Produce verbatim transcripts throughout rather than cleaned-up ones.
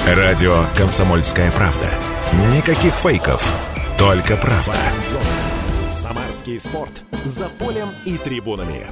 Радио «Комсомольская правда». Никаких фейков, только правда. Самарский спорт. За полем и трибунами.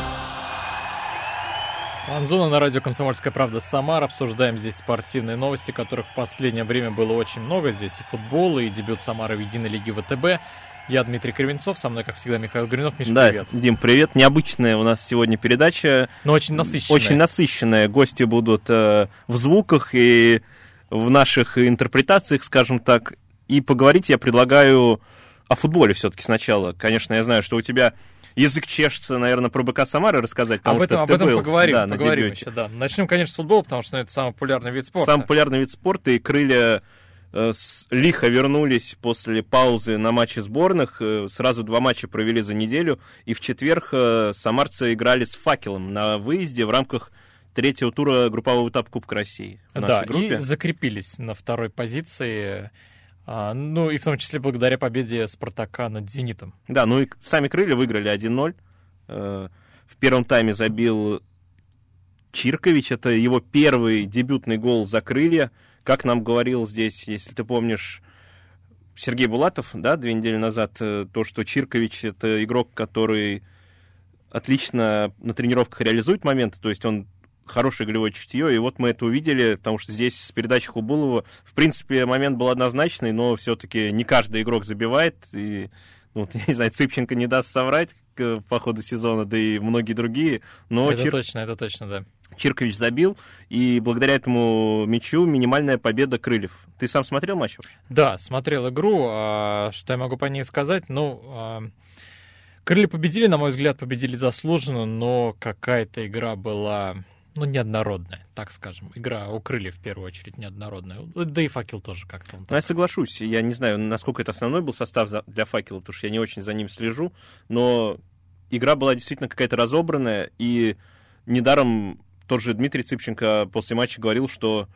Фан-зона на радио «Комсомольская правда» Самар. Обсуждаем здесь спортивные новости, которых в последнее время было очень много. Здесь и футбол, и дебют Самары в единой лиге ВТБ. Я Дмитрий Кривенцов, со мной, как всегда, Михаил Гринов. Миш, да, привет. Дим, привет. Необычная у нас сегодня передача. Но очень насыщенная. Очень насыщенная. Гости будут э, в звуках и в наших интерпретациях, скажем так. И поговорить я предлагаю о футболе все-таки сначала. Конечно, я знаю, что у тебя язык чешется, наверное, про БК Самары рассказать. Об этом, об этом был, поговорим, да, поговорим еще, да. Начнем, конечно, с футбола, потому что это самый популярный вид спорта. Самый популярный вид спорта, и крылья э, с, лихо вернулись после паузы на матчи сборных. Э, сразу два матча провели за неделю. И в четверг э, самарцы играли с «Факелом» на выезде в рамках третьего тура группового этапа Кубка России. В да, нашей группе. И закрепились на второй позиции. А, ну и в том числе благодаря победе «Спартака» над «Зенитом». Да, ну и сами крылья выиграли один ноль. Э, в первом тайме забил Чиркович. Это его первый дебютный гол за крылья. Как нам говорил здесь, если ты помнишь, Сергей Булатов, да, две недели назад, э, то, что Чиркович — это игрок, который отлично на тренировках реализует моменты, то есть он хорошее голевое чутье, и вот мы это увидели, потому что здесь с передачи Хубулова, в принципе, момент был однозначный, но все-таки не каждый игрок забивает, и, ну, я не знаю, Цыпченко не даст соврать по ходу сезона, да и многие другие, но это Чир... точно, это точно, да. Чиркович забил, и благодаря этому мячу минимальная победа крыльев. Ты сам смотрел матч? Да, смотрел игру, а, что я могу по ней сказать, ну... А... Крылья победили, на мой взгляд, победили заслуженно, но какая-то игра была... Ну, неоднородная, так скажем. Игра у крыльев, в первую очередь, неоднородная. Да и «Факел» тоже как-то. Он ну, я соглашусь. Я не знаю, насколько это основной был состав для «Факела», потому что я не очень за ним слежу. Но игра была действительно какая-то разобранная. И недаром тот же Дмитрий Цыпченко после матча говорил, что...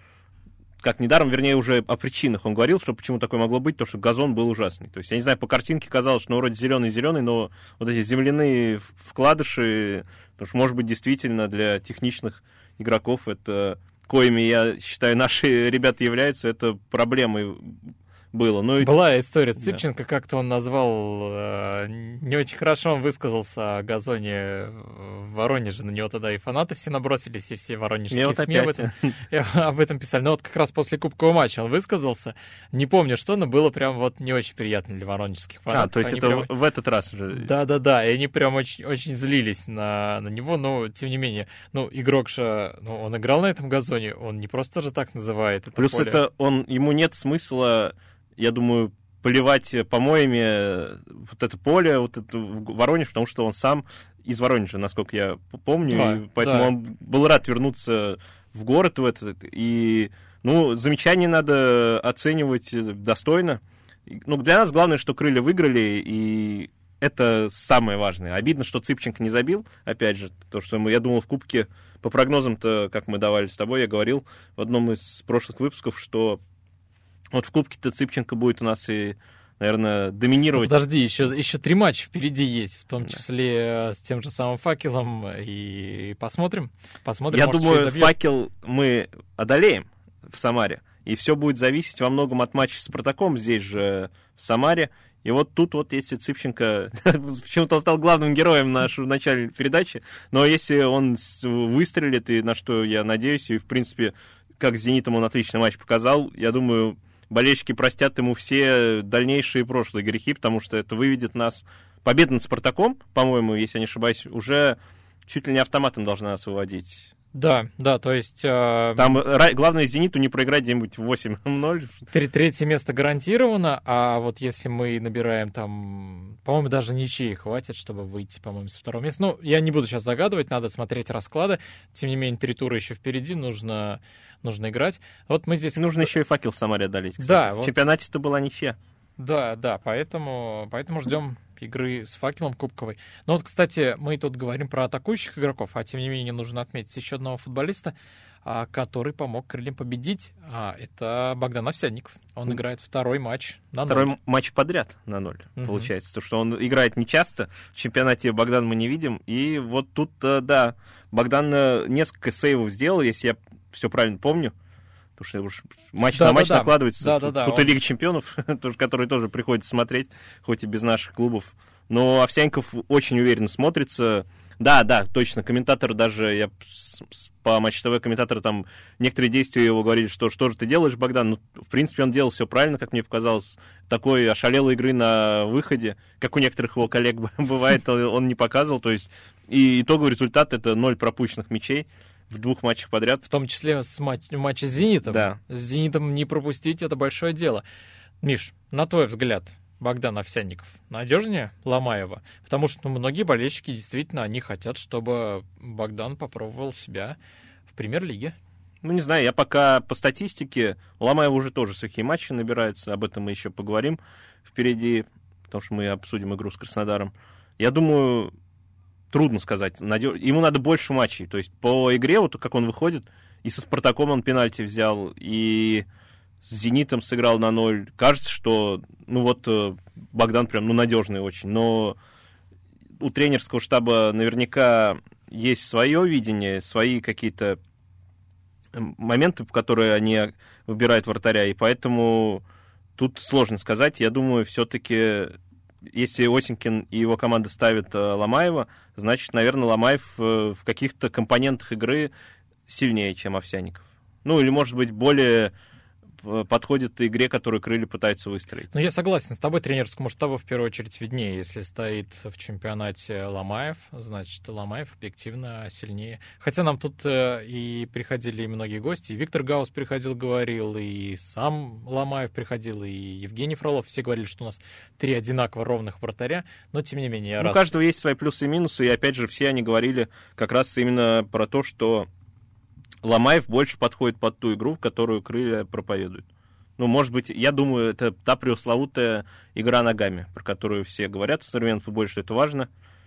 Как недаром, вернее, уже о причинах он говорил, что почему такое могло быть, то, что газон был ужасный. То есть, я не знаю, по картинке казалось, что ну, вроде зеленый-зеленый, но вот эти земляные вкладыши, потому что, может быть, действительно для техничных игроков это, коими, я считаю, наши ребята являются, это проблемой было. Ну, была история с Цыпченко, да. Как-то он назвал, э, не очень хорошо он высказался о газоне в Воронеже, на него тогда и фанаты все набросились, и все воронежские вот СМИ об этом, об этом писали. Но вот как раз после кубкового матча он высказался, не помню что, но было прям вот не очень приятно для воронежских фанатов. А, то есть они это прям... в этот раз уже? Да-да-да, и они прям очень, очень злились на, на него, но тем не менее, ну, игрок же, ну, он играл на этом газоне, он не просто же так называет это Плюс поле. это он, ему нет смысла, я думаю, поливать помоями вот это поле, вот это Воронеж, потому что он сам из Воронежа, насколько я помню, да, и поэтому да. он был рад вернуться в город в этот, и, ну, замечание надо оценивать достойно. Ну, для нас главное, что крылья выиграли, и это самое важное. Обидно, что Цыпченко не забил, опять же, то, что мы, я думал, в Кубке, по прогнозам-то, как мы давали с тобой, я говорил в одном из прошлых выпусков, что вот в Кубке-то Цыпченко будет у нас и, наверное, доминировать. Ну, подожди, еще, еще три матча впереди есть, в том числе с тем же самым «Факелом», и посмотрим. посмотрим Я может, думаю, «Факел» мы одолеем в Самаре, и все будет зависеть во многом от матча с «Спартаком» здесь же, в Самаре. И вот тут вот, если Цыпченко... Почему-то он стал главным героем нашей начальной передачи, но если он выстрелит, и на что я надеюсь, и, в принципе, как с «Зенитом» он отличный матч показал, я думаю... Болельщики простят ему все дальнейшие прошлые грехи, потому что это выведет нас... Победа над «Спартаком», по-моему, если я не ошибаюсь, уже чуть ли не автоматом должна нас выводить. Да, да, то есть... Э... Там главное «Зениту» не проиграть где-нибудь восемь ноль. Третье место гарантировано, а вот если мы набираем там... По-моему, даже ничьи хватит, чтобы выйти, по-моему, со второго места. Ну, я не буду сейчас загадывать, надо смотреть расклады. Тем не менее, три тура еще впереди, нужно... Нужно играть. Вот мы здесь... Нужно еще и «Факел» в Самаре одолеть, кстати. Да, в вот... чемпионате-то была ничья. Да, да, поэтому, поэтому ждем игры с «Факелом» кубковой. Но вот, кстати, мы тут говорим про атакующих игроков, а тем не менее нужно отметить еще одного футболиста, который помог крыльям победить. А это Богдан Овсянников. Он mm. играет второй матч на ноль. Второй матч подряд на ноль, mm-hmm. получается. То, что он играет нечасто. В чемпионате Богдана мы не видим. И вот тут, да, Богдан несколько сейвов сделал, если я все правильно помню. потому что уж матч да, на матч да, накладывается. Да, тут да, да, тут он... и Лига чемпионов, который тоже приходится смотреть, хоть и без наших клубов. Но Овсянников очень уверенно смотрится. Да, да, точно, комментатор даже, я по Матч ТВ комментаторы там, некоторые действия его говорили, что что же ты делаешь, Богдан? Ну, в принципе, он делал все правильно, как мне показалось. Такой ошалелой игры на выходе, как у некоторых его коллег бывает, он не показывал. То есть, и итоговый результат — это ноль пропущенных мячей в двух матчах подряд. В том числе с матч, матча с «Зенитом». Да. С «Зенитом» не пропустить — это большое дело. Миш, на твой взгляд, Богдан Овсянников надежнее Ломаева? Потому что ну, многие болельщики действительно, они хотят, чтобы Богдан попробовал себя в премьер-лиге. Ну, не знаю, я пока по статистике, у Ломаева уже тоже сухие матчи набираются, об этом мы еще поговорим впереди, потому что мы обсудим игру с Краснодаром. Я думаю, трудно сказать, надеж... ему надо больше матчей, то есть по игре, вот как он выходит, и со Спартаком он пенальти взял, и с «Зенитом» сыграл на ноль. Кажется, что, ну вот, Богдан прям, ну, надежный очень. Но у тренерского штаба наверняка есть свое видение, свои какие-то моменты, по которые они выбирают вратаря. И поэтому тут сложно сказать. Я думаю, все-таки, если Осенькин и его команда ставят Ломаева, значит, наверное, Ломаев в каких-то компонентах игры сильнее, чем Овсянников. Ну, или, может быть, более подходит игре, которую крылья пытаются выстроить. Ну, я согласен с тобой, тренерскому штабу в первую очередь виднее. Если стоит в чемпионате Ломаев, значит, Ломаев объективно сильнее. Хотя нам тут э, и приходили и многие гости, и Виктор Гаус приходил, говорил, и сам Ломаев приходил, и Евгений Фролов. Все говорили, что у нас три одинаково ровных вратаря, но тем не менее... Ну, раз... у каждого есть свои плюсы и минусы, и опять же, все они говорили как раз именно про то, что Ломаев больше подходит под ту игру, которую крылья проповедуют. Ну, может быть, я думаю, это та пресловутая игра ногами, про которую все говорят в современном футболе, что это важно.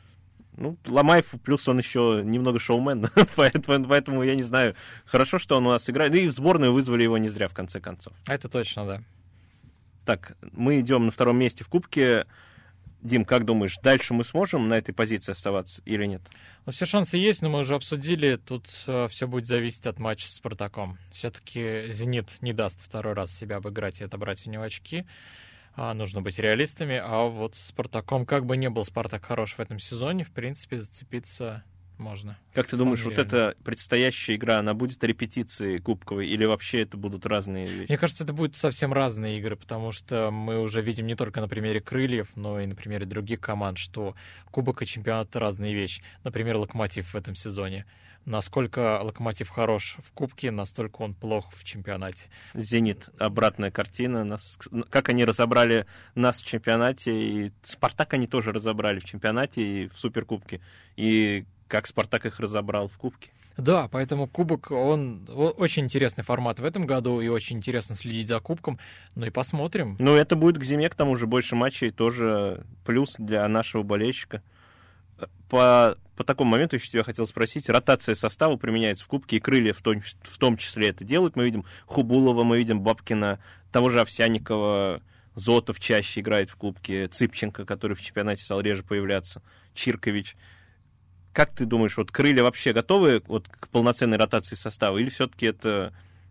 Ну, Ломаев, плюс он еще немного шоумен, поэтому, поэтому я не знаю, хорошо, что он у нас играет. Да и в сборную вызвали его не зря, в конце концов. Это точно, да. Так, мы идем на втором месте в Кубке. Дим, как думаешь, дальше мы сможем на этой позиции оставаться или нет? Ну, все шансы есть, но мы уже обсудили. Тут э, все будет зависеть от матча с Спартаком. Все-таки «Зенит» не даст второй раз себя обыграть и отобрать у него очки. А, нужно быть реалистами. А вот с Спартаком, как бы ни был Спартак хорош в этом сезоне, в принципе, зацепиться можно. Как ты думаешь, вот реально. эта предстоящая игра, она будет репетицией кубковой или вообще это будут разные вещи? Мне кажется, это будут совсем разные игры, потому что мы уже видим не только на примере крыльев, но и на примере других команд, что кубок и чемпионат — это разные вещи. Например, Локомотив в этом сезоне. Насколько Локомотив хорош в кубке, настолько он плох в чемпионате. «Зенит» — обратная картина. Нас, как они разобрали нас в чемпионате, и «Спартак» они тоже разобрали в чемпионате и в суперкубке. И как «Спартак» их разобрал в кубке. Да, поэтому кубок, он очень интересный формат в этом году, и очень интересно следить за кубком. Ну и посмотрим. Ну, это будет к зиме, к тому же, больше матчей, тоже плюс для нашего болельщика. По, по такому моменту еще тебя хотел спросить. Ротация состава применяется в кубке, и крылья в том, в том числе это делают. Мы видим Хубулова, мы видим Бабкина, того же Овсянникова, Зотов чаще играет в кубке, Цыпченко, который в чемпионате стал реже появляться, Чиркович. Как ты думаешь, вот крылья вообще готовы вот к полноценной ротации состава, или все-таки это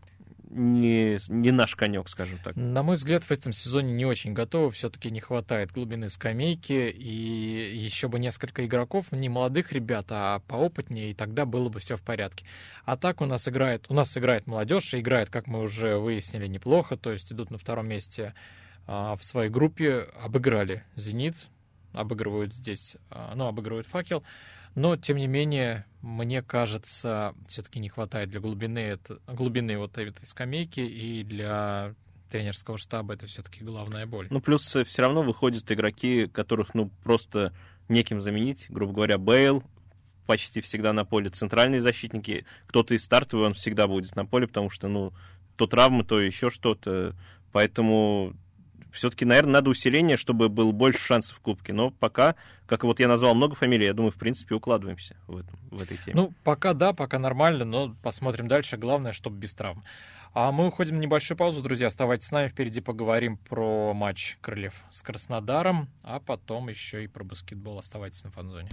не, не наш конек, скажем так? На мой взгляд, в этом сезоне не очень готовы. Все-таки не хватает глубины скамейки, и еще бы несколько игроков, не молодых ребят, а поопытнее, и тогда было бы все в порядке. А так у нас играет, у нас играет молодежь, и играет, как мы уже выяснили, неплохо, то есть идут на втором месте а, в своей группе, обыграли «Зенит», обыгрывают здесь, а, ну, обыгрывают «Факел». Но, тем не менее, мне кажется, все-таки не хватает для глубины, это, глубины вот этой скамейки, и для тренерского штаба это все-таки главная боль. Ну, плюс все равно выходят игроки, которых, ну, просто неким заменить. Грубо говоря, Бейл почти всегда на поле, центральные защитники. Кто-то из стартовый, он всегда будет на поле, потому что, ну, то травмы, то еще что-то. Поэтому все-таки, наверное, надо усиление, чтобы было больше шансов в кубке. Но пока, как вот я назвал много фамилий, я думаю, в принципе, укладываемся в, этом, в этой теме. Ну, пока да, пока нормально, но посмотрим дальше. Главное, чтобы без травм. А мы уходим на небольшую паузу, друзья. Оставайтесь с нами, впереди поговорим про матч крыльев с Краснодаром, а потом еще и про баскетбол. Оставайтесь на Фан-зоне.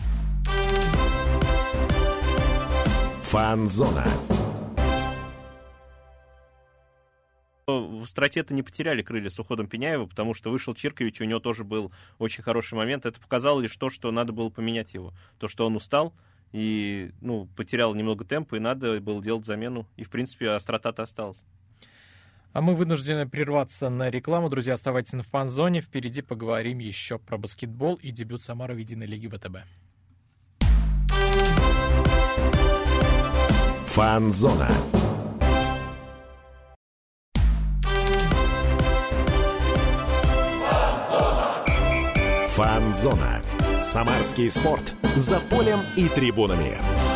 Фан-зона. В остроте-то не потеряли крылья с уходом Пеняева, потому что вышел Чиркович, у него тоже был очень хороший момент. Это показало лишь то, что надо было поменять его. То, что он устал и ну, потерял немного темпа, и надо было делать замену. И, в принципе, острота-то осталась. А мы вынуждены прерваться на рекламу. Друзья, оставайтесь на фан-зоне. Впереди поговорим еще про баскетбол и дебют Самары в единой лиге ВТБ. Фан-зона. Фан-зона. Самарский спорт. За полем и трибунами.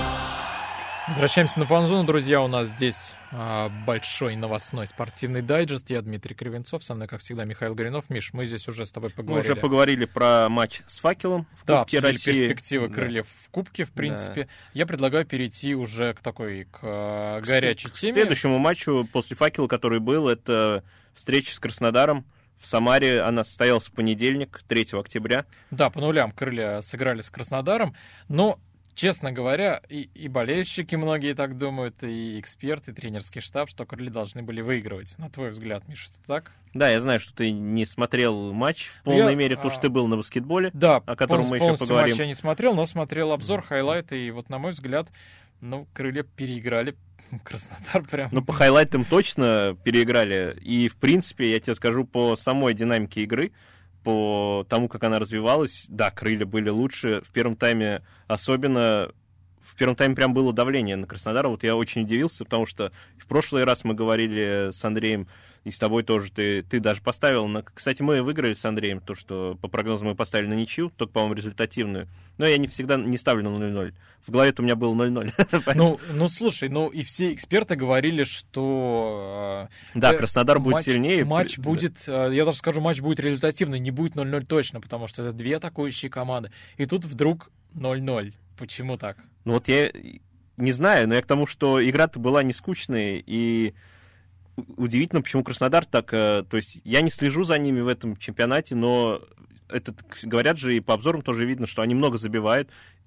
Возвращаемся на фан-зону, друзья. У нас здесь а, большой новостной спортивный дайджест. Я Дмитрий Кривенцов, со мной, как всегда, Михаил Горинов. Миш, мы здесь уже с тобой поговорили. Мы уже поговорили про матч с «Факелом» в да, Кубке России. Перспективы да. крыльев в Кубке, в принципе. Да. Я предлагаю перейти уже к такой, к, к горячей к теме. К следующему матчу после «Факела», который был, это встреча с Краснодаром. В Самаре она состоялась в понедельник, третьего октября. Да, по нулям крылья сыграли с Краснодаром, но, честно говоря, и, и болельщики многие так думают, и эксперты, и тренерский штаб, что крылья должны были выигрывать. На твой взгляд, Миша, это так? Да, я знаю, что ты не смотрел матч в полной я, мере, потому что ты был на баскетболе, да, о котором мы еще поговорим. Матч я не смотрел, но смотрел обзор, хайлайты, и вот, на мой взгляд, ну, крылья переиграли Краснодар прям. Ну, по хайлайтам точно переиграли. И, в принципе, я тебе скажу, по самой динамике игры, по тому, как она развивалась, да, крылья были лучше. В первом тайме особенно... В первом тайме прям было давление на Краснодар. Вот я очень удивился, потому что в прошлый раз мы говорили с Андреем, и с тобой тоже, ты, ты даже поставил на... Кстати, мы выиграли с Андреем, то, что по прогнозам мы поставили на ничью, только, по-моему, результативную. Но я не всегда не ставлю на ноль-ноль. В голове-то у меня было ноль-ноль. Ну, ну, слушай, ну и все эксперты говорили, что... Да, Краснодар будет матч, сильнее. Матч будет, я даже скажу, матч будет результативный, не будет ноль-ноль точно, потому что это две атакующие команды. И тут вдруг ноль-ноль. Почему так? Ну вот я не знаю, но я к тому, что игра-то была не скучная, и удивительно, почему Краснодар так... То есть я не слежу за ними в этом чемпионате, но это, говорят же, и по обзорам тоже видно, что они много забивают.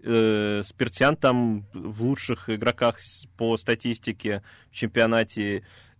Спиртян там в лучших игроках по статистике в чемпионате.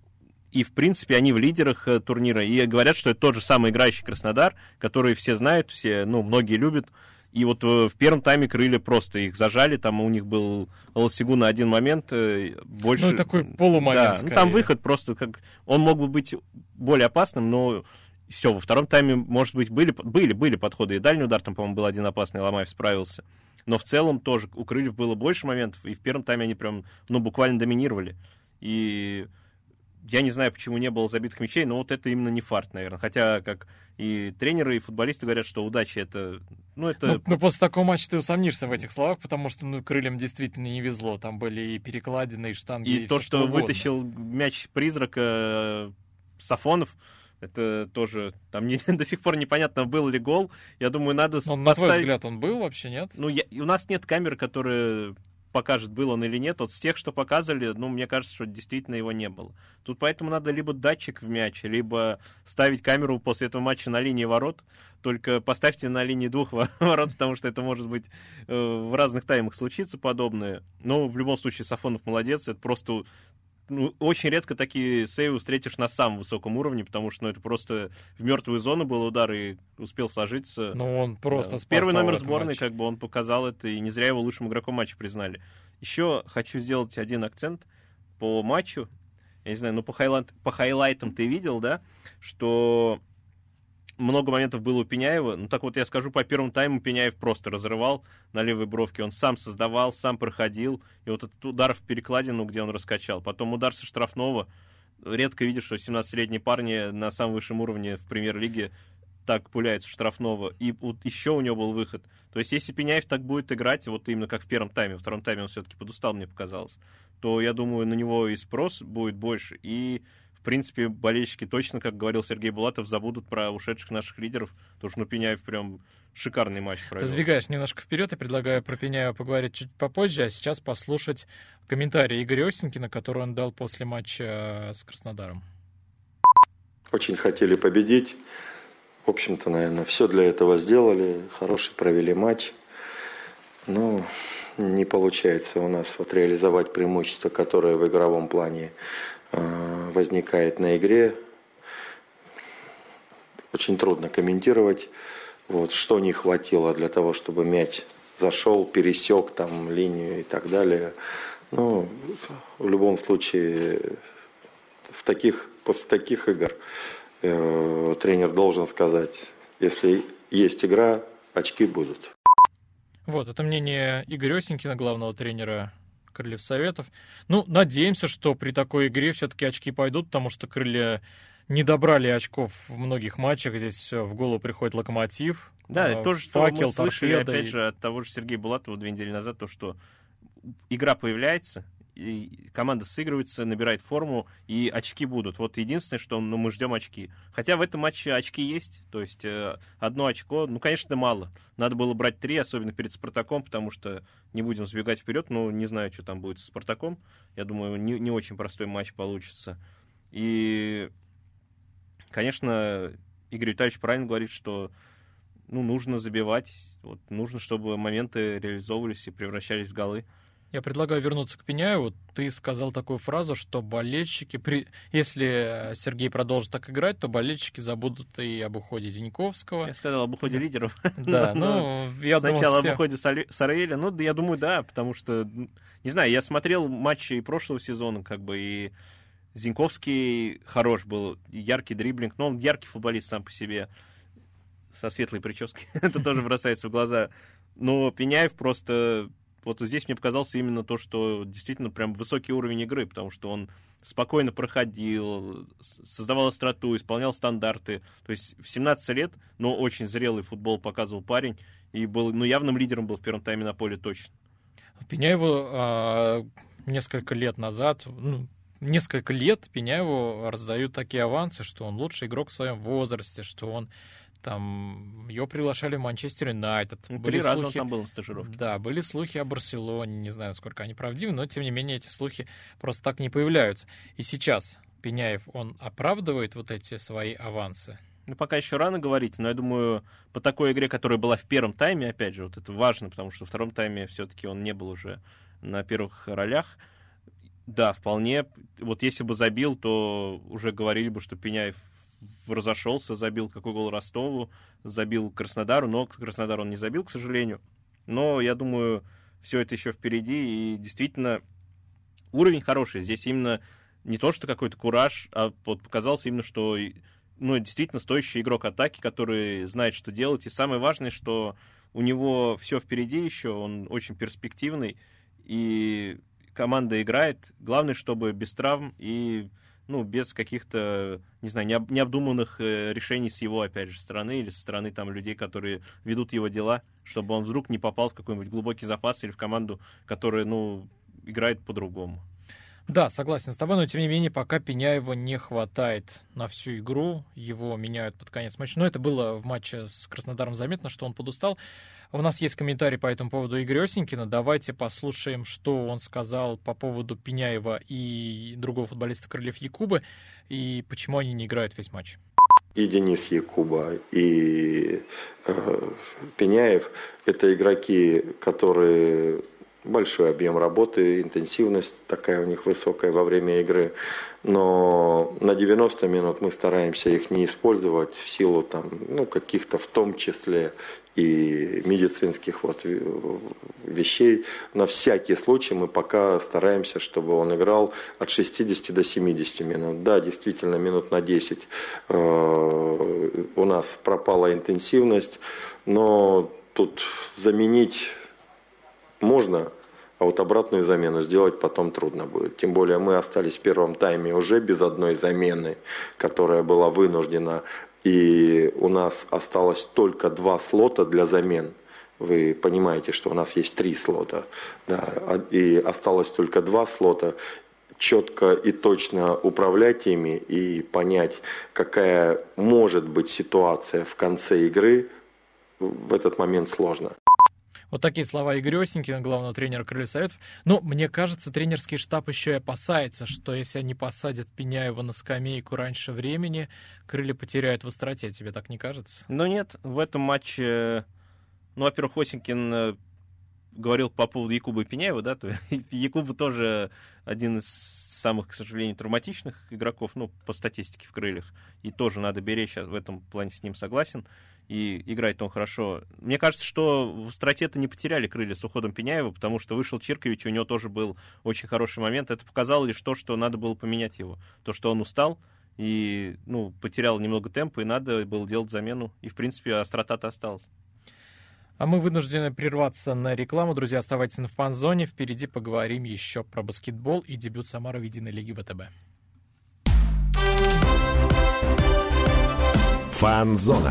И, в принципе, они в лидерах турнира. И говорят, что это тот же самый играющий Краснодар, который все знают, все, ну, многие любят. И вот в первом тайме крылья просто их зажали, там у них был Лосигу на один момент, больше... Ну, такой полумомент, да, ну, там выход просто, как он мог бы быть более опасным, но все, во втором тайме, может быть, были, были, были подходы, и дальний удар там, по-моему, был один опасный, Ломаев справился. Но в целом тоже у крыльев было больше моментов, и в первом тайме они прям, ну, буквально доминировали. И... Я не знаю, почему не было забитых мячей, но вот это именно не фарт, наверное. Хотя, как и тренеры, и футболисты говорят, что удача это... Ну, это... Ну, ну, после такого матча ты усомнишься в этих словах, потому что, ну, крыльям действительно не везло. Там были и перекладины, и штанги, и, и то, все, что, что вытащил мяч призрака Сафонов, это тоже... Там не, до сих пор непонятно, был ли гол. Я думаю, надо но, поставить... На твой взгляд, он был вообще, нет? Ну, я... у нас нет камеры, которые... покажет, был он или нет. Вот с тех, что показывали, ну, мне кажется, что действительно его не было. Тут поэтому надо либо датчик в мяч, либо ставить камеру после этого матча на линии ворот. Только поставьте на линии двух ворот, потому что это может быть э, в разных таймах случиться подобное. Но в любом случае Сафонов молодец. Это просто... Ну, очень редко такие сейвы встретишь на самом высоком уровне, потому что ну, это просто в мертвую зону был удар и успел сложиться. Ну, он просто да. Первый номер сборной, матче. Как бы он показал это, и не зря его лучшим игроком матча признали. Еще хочу сделать один акцент по матчу. Я не знаю, ну по, хайлайт, по хайлайтам ты видел, да, что много моментов было у Пеняева. Ну так вот я скажу, по первому тайму Пеняев просто разрывал на левой бровке. Он сам создавал, сам проходил. И вот этот удар в перекладину, где он раскачал. Потом удар со штрафного. Редко видишь, что семнадцатилетние парни на самом высшем уровне в премьер-лиге так пуляются штрафного. И вот еще у него был выход. То есть если Пеняев так будет играть, вот именно как в первом тайме, во втором тайме он все-таки подустал, мне показалось, то я думаю, на него и спрос будет больше. И в принципе, болельщики точно, как говорил Сергей Булатов, забудут про ушедших наших лидеров, потому что ну, Пеняев прям шикарный матч провел. Ты сбегаешь немножко вперед, я предлагаю про Пеняева поговорить чуть попозже, а сейчас послушать комментарий Игоря Осенькина, который он дал после матча с Краснодаром. Очень хотели победить. В общем-то, наверное, все для этого сделали. Хороший провели матч. Но не получается у нас вот реализовать преимущество, которое в игровом плане возникает на игре. очень трудно комментировать, вот, что не хватило для того, чтобы мяч зашел, пересек там линию и так далее. Ну, в любом случае, в таких, после таких игр э, тренер должен сказать, если есть игра, очки будут. Вот, это мнение Игоря Осенькина, главного тренера Крыльев Советов. Ну, надеемся, что при такой игре все-таки очки пойдут, потому что Крылья не добрали очков в многих матчах. Здесь в голову приходит Локомотив. Да, это тоже, что мы слышали, Торпедо, опять и... же, от того же Сергея Булатова две недели назад, то, что игра появляется, и команда сыгрывается, набирает форму, и очки будут. Вот единственное, что ну, мы ждем очки. Хотя в этом матче очки есть, то есть э, одно очко, ну, конечно, мало. Надо было брать три, особенно перед Спартаком, потому что не будем сбегать вперед, ну, не знаю, что там будет с Спартаком. Я думаю, не, не очень простой матч получится. И, конечно, Игорь Витальевич правильно говорит, что ну, нужно забивать, вот, нужно, чтобы моменты реализовывались и превращались в голы. Я предлагаю вернуться к Пеняеву. Ты сказал такую фразу, что болельщики, при... если Сергей продолжит так играть, то болельщики забудут и об уходе Зиньковского. Я сказал об уходе лидеров. Да, ну, я думаю, сначала об уходе Сараэля, ну, да, я думаю, да, потому что, не знаю, я смотрел матчи и прошлого сезона, как бы, и Зиньковский хорош был, яркий дриблинг, но он яркий футболист сам по себе, со светлой прической, это тоже бросается в глаза. Но Пеняев просто... Вот здесь мне показался именно то, что действительно прям высокий уровень игры, потому что он спокойно проходил, создавал остроту, исполнял стандарты. То есть в семнадцать лет, но очень зрелый футбол показывал парень, и был, ну, явным лидером был в первом тайме на поле точно. Пеняеву а, несколько лет назад, ну, несколько лет Пеняеву раздают такие авансы, что он лучший игрок в своем возрасте, что он там его приглашали в Манчестер Юнайтед. Ну, три раза слухи... он там был на стажировке. Да, были слухи о Барселоне, не знаю, насколько они правдивы, но, тем не менее, эти слухи просто так не появляются. И сейчас Пеняев, он оправдывает вот эти свои авансы? Ну, пока еще рано говорить, но я думаю, по такой игре, которая была в первом тайме, опять же, вот это важно, потому что в втором тайме все-таки он не был уже на первых ролях. Да, вполне. Вот если бы забил, то уже говорили бы, что Пеняев разошелся, забил какой гол Ростову, забил Краснодару, но Краснодар он не забил, к сожалению. Но я думаю, все это еще впереди, и действительно уровень хороший. Здесь именно не то, что какой-то кураж, а вот показался именно, что ну, действительно стоящий игрок атаки, который знает, что делать. И самое важное, что у него все впереди еще, он очень перспективный, и команда играет. Главное, чтобы без травм и ну, без каких-то, не знаю, необ, необдуманных э, решений с его, опять же, стороны или со стороны там людей, которые ведут его дела, чтобы он вдруг не попал в какой-нибудь глубокий запас или в команду, которая, ну, играет по-другому. Да, согласен с тобой, но тем не менее пока Пеняева не хватает на всю игру, его меняют под конец матча. Но это было в матче с Краснодаром заметно, что он подустал. У нас есть комментарий по этому поводу Игоря Осенькина. Давайте послушаем, что он сказал по поводу Пеняева и другого футболиста Крыльев Якубы, и почему они не играют весь матч. И Денис Якуба, и э, Пеняев – это игроки, которые... Большой объем работы, интенсивность такая у них высокая во время игры. Но на девяносто минут мы стараемся их не использовать в силу там, ну, каких-то в том числе и медицинских вот вещей. На всякий случай мы пока стараемся, чтобы он играл от шестидесяти до семидесяти минут. Да, действительно, минут на десять э, у нас пропала интенсивность, но тут заменить можно, а вот обратную замену сделать потом трудно будет. Тем более мы остались в первом тайме уже без одной замены, которая была вынуждена. И у нас осталось только два слота для замен. Вы понимаете, что у нас есть три слота. Да, и осталось только два слота. Четко и точно управлять ими и понять, какая может быть ситуация в конце игры, в этот момент сложно. Вот такие слова Игоря Осенькина, главного тренера Крыльев Советов. Но мне кажется, тренерский штаб еще и опасается, что если они посадят Пеняева на скамейку раньше времени, Крылья потеряют в остроте. Тебе так не кажется? Ну нет, в этом матче, ну, во-первых, Осенькин говорил по поводу Якуба и Пеняева, да, то Якуба тоже один из самых, к сожалению, травматичных игроков, ну, по статистике в крыльях, и тоже надо беречь, в этом плане с ним согласен, и играет он хорошо. Мне кажется, что в остроте-то не потеряли крылья с уходом Пеняева, потому что вышел Чиркович, у него тоже был очень хороший момент. Это показало лишь то, что надо было поменять его. То, что он устал и, ну, потерял немного темпа, и надо было делать замену. И, в принципе, острота-то осталась. А мы вынуждены прерваться на рекламу. Друзья, оставайтесь на фан-зоне. Впереди поговорим еще про баскетбол и дебют Самары в единой лиге ВТБ. Фан-зона.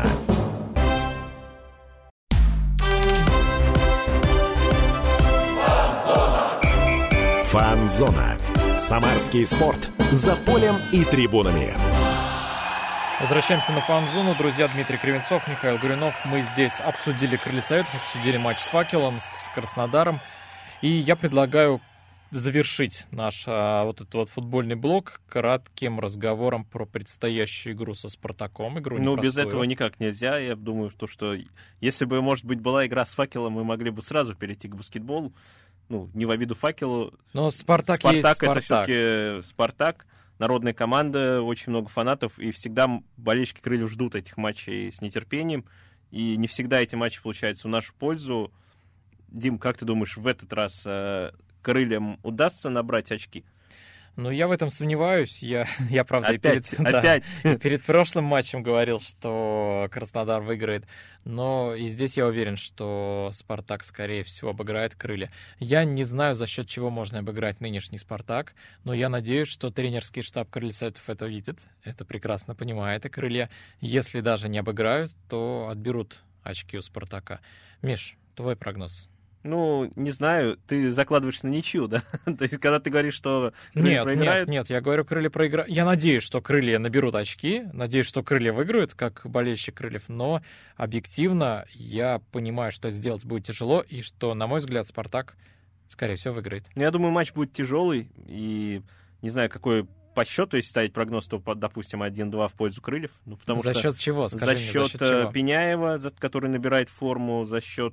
Фан-зона. Самарский спорт. За полем и трибунами. Возвращаемся на фан-зону. Друзья, Дмитрий Кривенцов, Михаил Гуринов. Мы здесь обсудили Крылья Советов, обсудили матч с Факелом, с Краснодаром. И я предлагаю завершить наш а, вот этот вот футбольный блок кратким разговором про предстоящую игру со Спартаком. Игру ну, непростую. Без этого никак нельзя. Я думаю, что, что если бы, может быть, была игра с Факелом, мы могли бы сразу перейти к баскетболу. Ну, не в обиду Факелу. Но Спартак, Спартак есть Спартак. Это все-таки Спартак. Народная команда, очень много фанатов. И всегда болельщики Крыльев ждут этих матчей с нетерпением. И не всегда эти матчи получаются в нашу пользу. Дим, как ты думаешь, в этот раз э, Крыльям удастся набрать очки? Ну, я в этом сомневаюсь. Я, я правда, опять, перед, опять. Да, перед прошлым матчем говорил, что Краснодар выиграет. Но и здесь я уверен, что Спартак, скорее всего, обыграет Крылья. Я не знаю, за счет чего можно обыграть нынешний Спартак, но я надеюсь, что тренерский штаб Крылья Советов это видит, это прекрасно понимает. И Крылья, если даже не обыграют, то отберут очки у Спартака. Миш, твой прогноз? Ну, не знаю, ты закладываешься на ничью, да? То есть, когда ты говоришь, что Крылья нет, проиграют... Нет, нет, я говорю, Крылья проиграют. Я надеюсь, что Крылья наберут очки, надеюсь, что Крылья выиграют, как болельщик Крыльев, но объективно я понимаю, что сделать будет тяжело, и что, на мой взгляд, Спартак, скорее всего, выиграет. Ну, я думаю, матч будет тяжелый, и не знаю, какой... По счету, если ставить прогноз, то, допустим, один-два в пользу Крыльев. Ну, потому за что счет чего? Скажи за мне, счет, за счет чего? Пеняева, который набирает форму, за счет,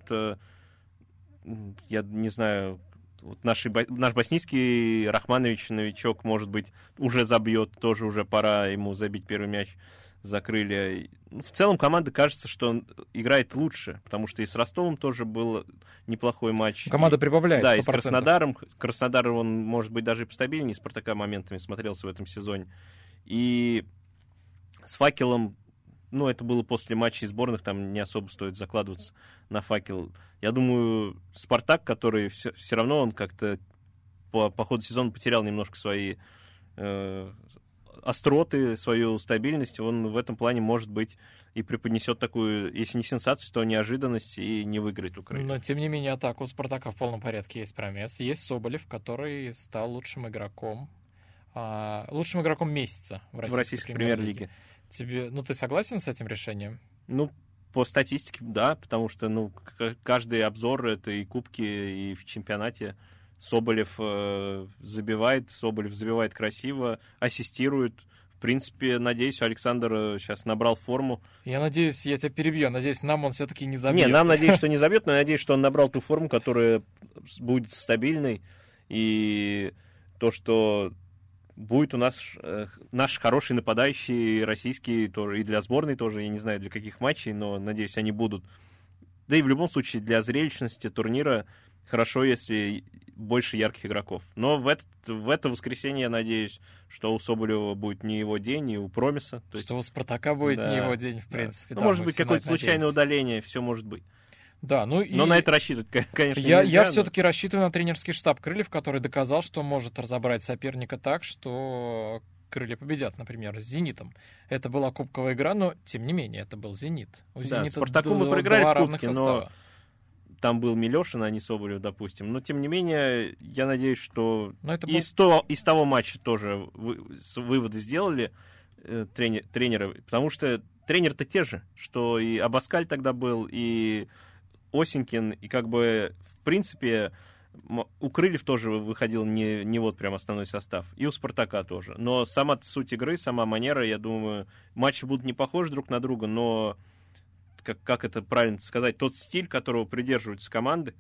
я не знаю, вот наш, наш боснийский Рахманович, новичок, может быть, уже забьет, тоже уже пора ему забить первый мяч за Крылья. В целом команда кажется, что он играет лучше, потому что и с Ростовом тоже был неплохой матч. Команда прибавляет. Да, сто и с процентов. Краснодаром. Краснодар, он, может быть, даже и постабильнее Спартака моментами смотрелся в этом сезоне. И с Факелом, ну, это было после матчей сборных, там не особо стоит закладываться на Факел. Я думаю, Спартак, который все, все равно он как-то по, по ходу сезона потерял немножко свои э, остроты, свою стабильность, он в этом плане, может быть, и преподнесет такую, если не сенсацию, то неожиданность и не выиграет Украину. Но, тем не менее, атаку у Спартака в полном порядке есть Промес. Есть Соболев, который стал лучшим игроком, а, лучшим игроком месяца в российской, в российской премьер-лиге. премьер-лиге. Тебе, ну, ты согласен с этим решением? Ну, по статистике, да, потому что, ну, к- каждый обзор, это и кубки, и в чемпионате Соболев э, забивает, Соболев забивает красиво, ассистирует. В принципе, надеюсь, Александр сейчас набрал форму. Я надеюсь, я тебя перебью, я надеюсь, нам он все-таки не забьет. Не, нам надеюсь, что не забьет, но я надеюсь, что он набрал ту форму, которая будет стабильной, и то, что будет у нас э, наш хороший нападающий российский, тоже, и для сборной тоже, я не знаю, для каких матчей, но, надеюсь, они будут. Да и в любом случае, для зрелищности турнира хорошо, если больше ярких игроков. Но в, этот, в это воскресенье, я надеюсь, что у Соболева будет не его день, и у Промеса. То есть, что у Спартака будет да, не его день, в да. принципе. Ну, да, может мы быть, все какое-то на это случайное надеемся. удаление, все может быть. Да, ну и... Но на это рассчитывать, конечно, Я, нельзя. я но- все-таки рассчитываю на тренерский штаб Крыльев, который доказал, что может разобрать соперника так, что Крылья победят, например, с «Зенитом». Это была кубковая игра, но, тем не менее, это был «Зенит». У Да, «Зенита» «Спартаку» мы д- проиграли два в равных кубке, но состава. там был Милешин, а не Соболев, допустим. Но, тем не менее, я надеюсь, что Но это был... из, то, из того матча тоже вы, с- выводы сделали э, тренер, тренеры, потому что тренеры-то те же, что и Абаскаль тогда был, и Осенькин, и как бы, в принципе, м- у Крыльев тоже выходил не, не вот прям основной состав, и у Спартака тоже. Но сама суть игры, сама манера, я думаю, матчи будут не похожи друг на друга, но, как, как это правильно сказать, тот стиль, которого придерживаются команды,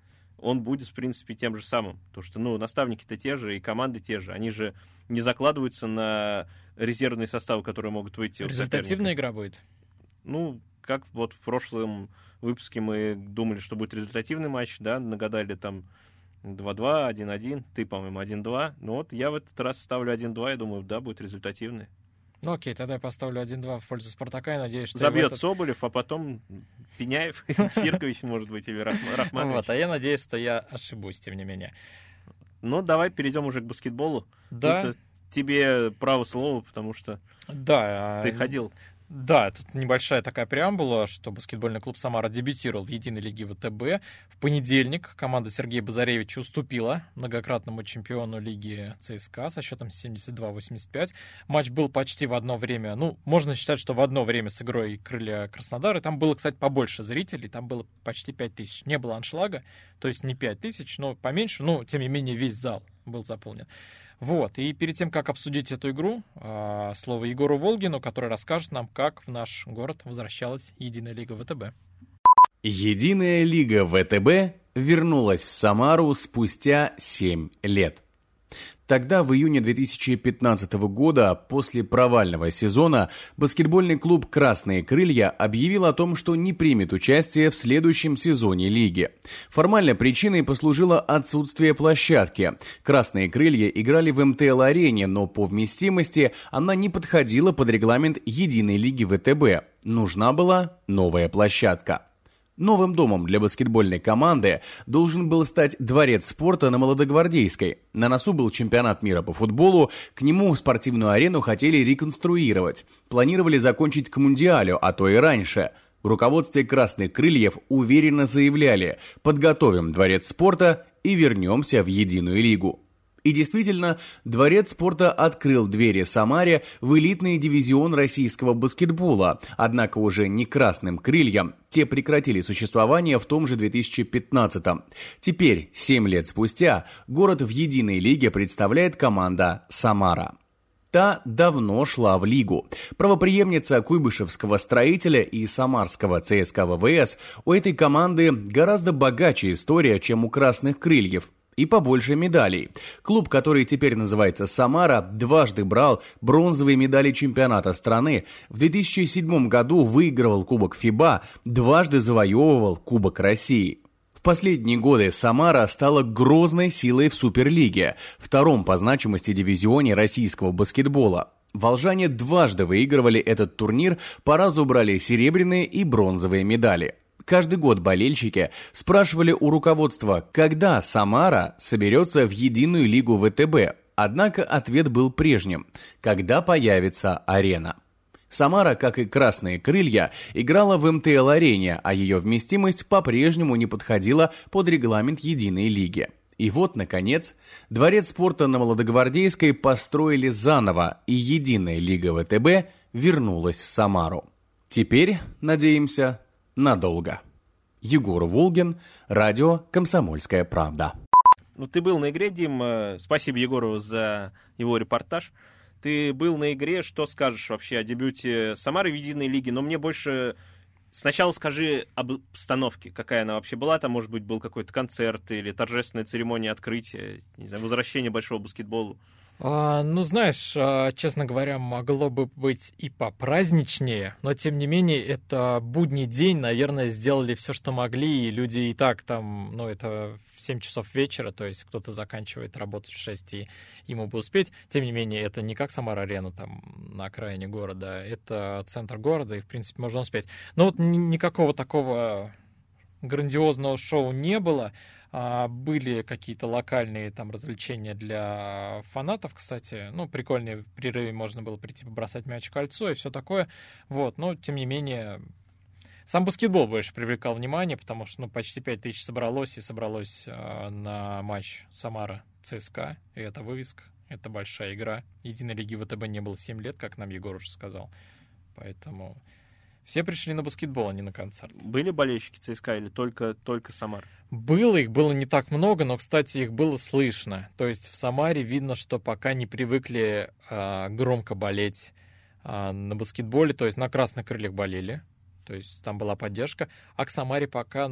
он будет, в принципе, тем же самым. Потому что, ну, наставники-то те же, и команды те же. Они же не закладываются на резервные составы, которые могут выйти. Результативная игра будет? Ну, как вот в прошлом выпуске мы думали, что будет результативный матч, да, нагадали там два-два, один-один, ты, по-моему, один-два. Ну вот я в этот раз ставлю один-два, я думаю, да, будет результативный. Ну окей, тогда я поставлю один-два в пользу Спартака и надеюсь, что... Забьет этот... Соболев, а потом Пеняев, Чиркович, может быть, или Рахманович. Вот, а я надеюсь, что я ошибусь, тем не менее. Ну, давай перейдем уже к баскетболу. Да. Тут тебе право слова, потому что да, ты ходил. Да, тут небольшая такая преамбула, что баскетбольный клуб «Самара» дебютировал в единой лиге ВТБ. В понедельник команда Сергея Базаревича уступила многократному чемпиону лиги ЦСКА со счетом семьдесят два восемьдесят пять. Матч был почти в одно время, ну, можно считать, что в одно время с игрой «Крылья Краснодара». Там было, кстати, побольше зрителей, там было почти пять тысяч. Не было аншлага, то есть не пять тысяч, но поменьше, но, тем не менее, весь зал был заполнен. Вот, и перед тем, как обсудить эту игру, слово Егору Волгину, который расскажет нам, как в наш город возвращалась Единая лига ВТБ. Единая лига ВТБ вернулась в Самару спустя семь лет. Тогда, в июне две тысячи пятнадцатого года, после провального сезона, баскетбольный клуб «Красные крылья» объявил о том, что не примет участие в следующем сезоне лиги. Формальной причиной послужило отсутствие площадки. «Красные крылья» играли в эм тэ эл-арене, но по вместимости она не подходила под регламент Единой лиги ВТБ. Нужна была новая площадка. Новым домом для баскетбольной команды должен был стать дворец спорта на Молодогвардейской. На носу был чемпионат мира по футболу, к нему спортивную арену хотели реконструировать. Планировали закончить к Мундиалю, а то и раньше. В руководстве «Красных крыльев» уверенно заявляли: подготовим дворец спорта и вернемся в Единую лигу. И действительно, дворец спорта открыл двери Самаре в элитный дивизион российского баскетбола, однако уже не «Красным крыльям», те прекратили существование в том же две тысячи пятнадцатом. Теперь, семь лет спустя, город в Единой лиге представляет команда «Самара». Та давно шла в лигу. Правопреемница куйбышевского «Строителя» и самарского ЦСКА ВВС, у этой команды гораздо богаче история, чем у «Красных крыльев». И побольше медалей. Клуб, который теперь называется «Самара», дважды брал бронзовые медали чемпионата страны. В две тысячи седьмом году выигрывал Кубок ФИБА, дважды завоевывал Кубок России. В последние годы «Самара» стала грозной силой в Суперлиге, втором по значимости дивизионе российского баскетбола. Волжане дважды выигрывали этот турнир, по разу брали серебряные и бронзовые медали. Каждый год болельщики спрашивали у руководства, когда «Самара» соберется в Единую лигу ВТБ. Однако ответ был прежним: когда появится арена. «Самара», как и «Красные крылья», играла в эм тэ эл-арене, а ее вместимость по-прежнему не подходила под регламент Единой лиги. И вот, наконец, дворец спорта на Молодогвардейской построили заново, и Единая лига ВТБ вернулась в Самару. Теперь, надеемся, надолго. Егор Волгин, радио «Комсомольская правда». Ну, ты был на игре, Дим. Спасибо Егору за его репортаж. Ты был на игре. Что скажешь вообще о дебюте Самары в Единой лиге? Но мне больше... Сначала скажи об обстановке, какая она вообще была. Там, может быть, был какой-то концерт или торжественная церемония открытия, не знаю, возвращение большого баскетбола. А, ну, знаешь, честно говоря, могло бы быть и попраздничнее, но, тем не менее, это будний день, наверное, сделали все, что могли, и люди и так там, ну, это в семь часов вечера, то есть кто-то заканчивает работать в шесть, и ему бы успеть. Тем не менее, это не как Самара-арена там на окраине города, это центр города, и, в принципе, можно успеть. Но вот никакого такого грандиозного шоу не было. Были какие-то локальные там развлечения для фанатов, кстати. Ну, прикольные, в перерыве можно было прийти побросать мяч в кольцо и все такое. Вот, но, тем не менее, сам баскетбол больше привлекал внимание, потому что, ну, почти пять тысяч собралось, и собралось э, на матч Самара-ЦСКА, и это вывеска, это большая игра. Единой лиги ВТБ не было семь лет, как нам Егор уже сказал. Поэтому... Все пришли на баскетбол, а не на концерт. Были болельщики ЦСКА или только, только Самара? Было, их было не так много, но, кстати, их было слышно. То есть в Самаре видно, что пока не привыкли э, громко болеть э, на баскетболе, то есть на «Красных крыльях» болели, то есть там была поддержка, а к Самаре пока, ну,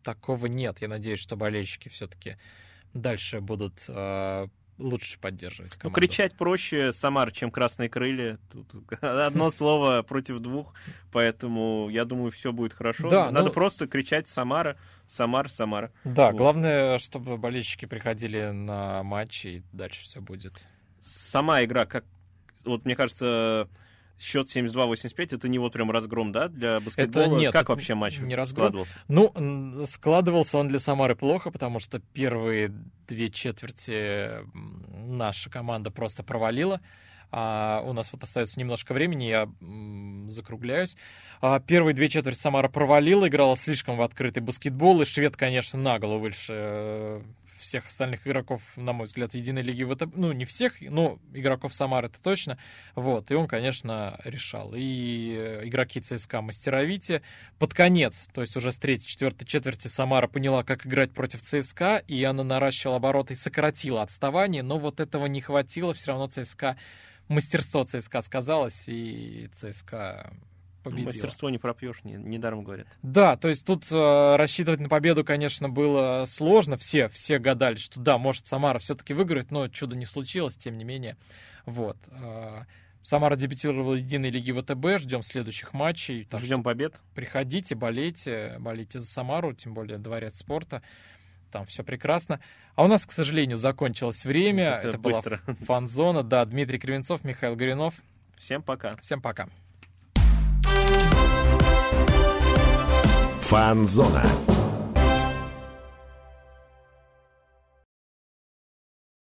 такого нет. Я надеюсь, что болельщики все-таки дальше будут э, лучше поддерживать команду. Ну, кричать проще Самар, чем красные крылья. Тут одно слово против двух, поэтому я думаю, все будет хорошо. Да, Надо ну... просто кричать Самара, Самар, Самара. Да, вот. Главное, чтобы болельщики приходили на матчи, и дальше все будет. Сама игра, как вот мне кажется, счет семьдесят два восемьдесят пять, это не вот прям разгром, да, для баскетбола? Это нет, как это вообще матч не разгром. складывался? Ну, складывался он для Самары плохо, потому что первые две четверти наша команда просто провалила. А у нас вот остается немножко времени, я м, закругляюсь. А первые две четверти Самара провалила, играла слишком в открытый баскетбол, и швед, конечно, на голову выше э, всех остальных игроков, на мой взгляд, в единой лиге ВТБ. Ну, не всех, но игроков Самары это точно. Вот, и он, конечно, решал. И э, игроки ЦСКА мастеровите. Под конец, то есть уже с третьей, четвертой четверти Самара поняла, как играть против ЦСКА, и она наращивала обороты и сократила отставание, но вот этого не хватило, все равно ЦСКА... Мастерство ЦСКА сказалось, и ЦСКА победила. Мастерство не пропьешь, не, недаром говорят. Да, то есть тут э, рассчитывать на победу, конечно, было сложно. Все, все гадали, что да, может Самара все-таки выиграет, но чудо не случилось, тем не менее. Вот. Э, Самара дебютировала в единой лиге ВТБ, ждем следующих матчей. Ждем побед. Приходите, болейте, болейте за Самару, тем более Дворец спорта. Там все прекрасно. А у нас, к сожалению, закончилось время. Это, Это быстро. была Фан-зона. Да, Дмитрий Кривенцов, Михаил Горюнов. Всем пока. Всем пока. Фан-зона.